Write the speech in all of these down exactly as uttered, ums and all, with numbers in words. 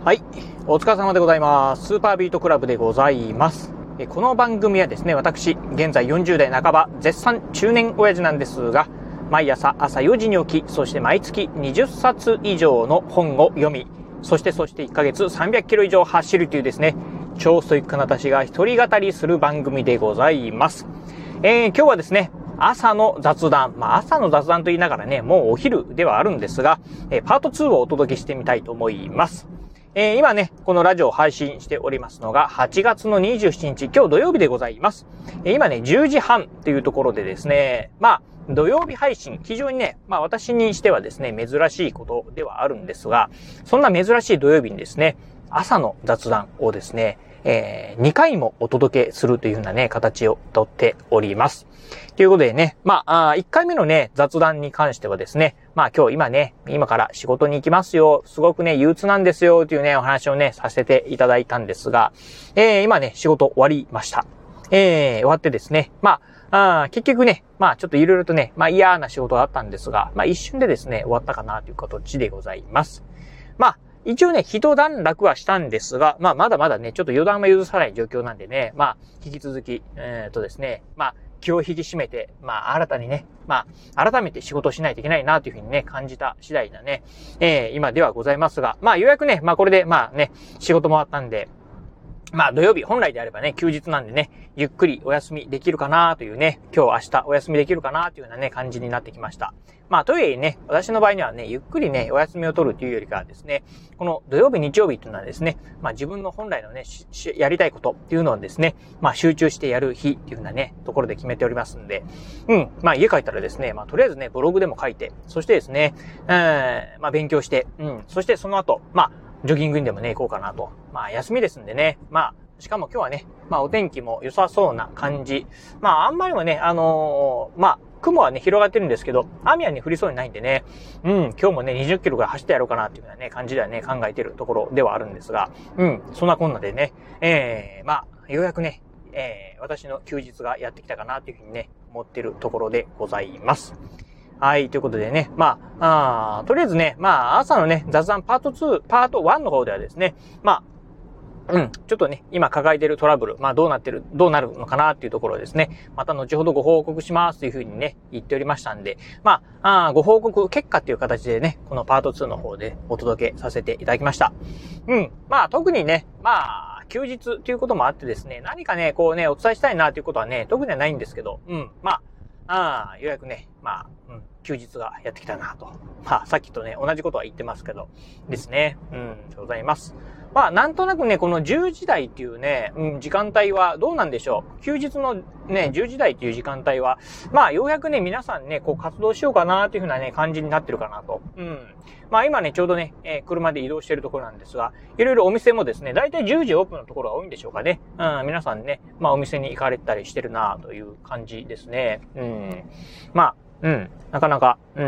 はい、お疲れ様でございます。スーパービートクラブでございます。この番組はですね、私現在よんじゅう代半ば絶賛中年親父なんですが、毎朝朝よじに起き、そして毎月にじゅっさつ以上の本を読み、そしてそしていっかげつさんびゃっキロ以上走るというですね、超ストイックな私が一人語りする番組でございます。えー、今日はですね、朝の雑談。まあ朝の雑談と言いながらね、もうお昼ではあるんですが、えー、パートツーをお届けしてみたいと思います。えー、今ね、このラジオを配信しておりますのがはちがつのにじゅうしちにち、今日土曜日でございます。えー、今ね、じゅうじはんというところでですね、まあ、土曜日配信、非常にね、まあ私にしてはですね、珍しいことではあるんですが、そんな珍しい土曜日にですね、朝の雑談をですね、えー、にかいもお届けするというようなね、形をとっております。ということでね、まあ、あいっかいめのね、雑談に関してはですね、まあ今日今ね、今から仕事に行きますよ、すごくね、憂鬱なんですよ、というね、お話をね、させていただいたんですが、えー、今ね、仕事終わりました。えー、終わってですね、まあ、あ結局ね、まあちょっといろいろとね、まあ嫌な仕事があったんですが、まあ一瞬でですね、終わったかなという形でございます。まあ、一応ね、一段落はしたんですが、まあまだまだね、ちょっと予断は許さない状況なんでね、まあ、引き続き、えー、っとですね、まあ、気を引き締めて、まあ、新たにね、まあ、改めて仕事をしないといけないなというふうにね、感じた次第なね、えー、今ではございますが、まあ、ようやくね、まあ、これで、まあね、仕事もあったんで、まあ土曜日、本来であればね、休日なんでね、ゆっくりお休みできるかなというね、今日明日お休みできるかなというようなね、感じになってきました。まあとはいえね、私の場合にはね、ゆっくりね、お休みを取るというよりかはですね、この土曜日、日曜日というのはですね、まあ自分の本来のね、やりたいことっていうのをですね、まあ集中してやる日っていうようなね、ところで決めておりますんで、うん、まあ家帰ったらですね、まあとりあえずね、ブログでも書いて、そしてですね、えー、まあ勉強して、うん、そしてその後、まあ、ジョギングにでもね、行こうかなと。まあ休みですんでね、まあ、しかも今日はね、まあお天気も良さそうな感じ。まああんまりもね、あのー、まあ雲はね、広がってるんですけど、雨はね、降りそうにないんでね、うん、今日もね、にじゅっキロぐらい走ってやろうかなっていうようなね、感じではね、考えてるところではあるんですが、うん、そんなこんなでね、えー、まあ、ようやくね、えー、私の休日がやってきたかなというふうにね、思ってるところでございます。はい、ということでね、まあ、あとりあえずね、まあ、朝のね、雑談パートツー、パートワンの方ではですね、まあ、うん、ちょっとね、今抱えているトラブル、まあどうなってる、どうなるのかなっていうところをですね、また後ほどご報告しますというふうにね、言っておりましたんで、まあ、あご報告結果っていう形でね、このパートツーの方でお届けさせていただきました。うん、まあ特にね、まあ、休日ということもあってですね、何かね、こうね、お伝えしたいなということはね、特にはないんですけど、うん、まあ、ああ、ようやくね、まあ、うん、休日がやってきたなと。まあ、さっきとね、同じことは言ってますけど、ですね。うん、でございます。まあ、なんとなくね、このじゅうじ台っていうね、うん、時間帯はどうなんでしょう。休日のね、じゅうじ台っていう時間帯は、まあ、ようやくね、皆さんね、こう活動しようかなっていうふうなね、感じになってるかなと。うん。まあ、今ね、ちょうどね、えー、車で移動しているところなんですが、いろいろお店もですね、だいたいじゅうじオープンのところが多いんでしょうかね。うん、皆さんね、まあ、お店に行かれたりしてるなという感じですね。うん。まあ、うん。なかなか、うん。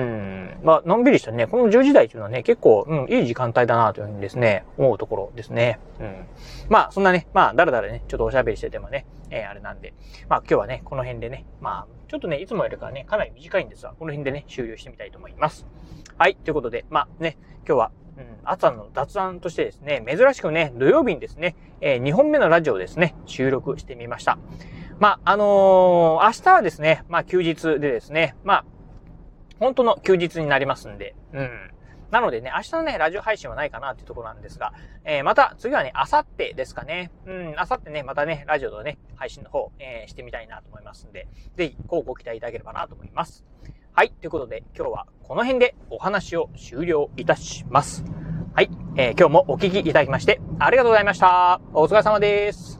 まあ、のんびりしたね、このじゅうじ台というのはね、結構、うん、いい時間帯だなというふうにですね、思うところですね。うん。まあ、そんなね、まあ、だらだらね、ちょっとおしゃべりしててもね、えー、あれなんで、まあ、今日はね、この辺でね、まあ、ちょっとね、いつもよりかはね、かなり短いんですが、この辺でね、終了してみたいと思います。はい、ということで、まあね、今日は、うん、朝の雑談としてですね、珍しくね、土曜日にですね、えー、にほんめのラジオをですね、収録してみました。まあ、あのー、明日はですね、まあ、休日でですね、まあ、本当の休日になりますんで、うん。なのでね、明日のね、ラジオ配信はないかなっていうところなんですが、えー、また、次はね、明後日ですかね。うん、明後日ね、またね、ラジオのね、配信の方、えー、してみたいなと思いますんで、ぜひ、こうご期待いただければなと思います。はい、ということで、今日はこの辺でお話を終了いたします。はい、えー、今日もお聞きいただきまして、ありがとうございました。お疲れ様です。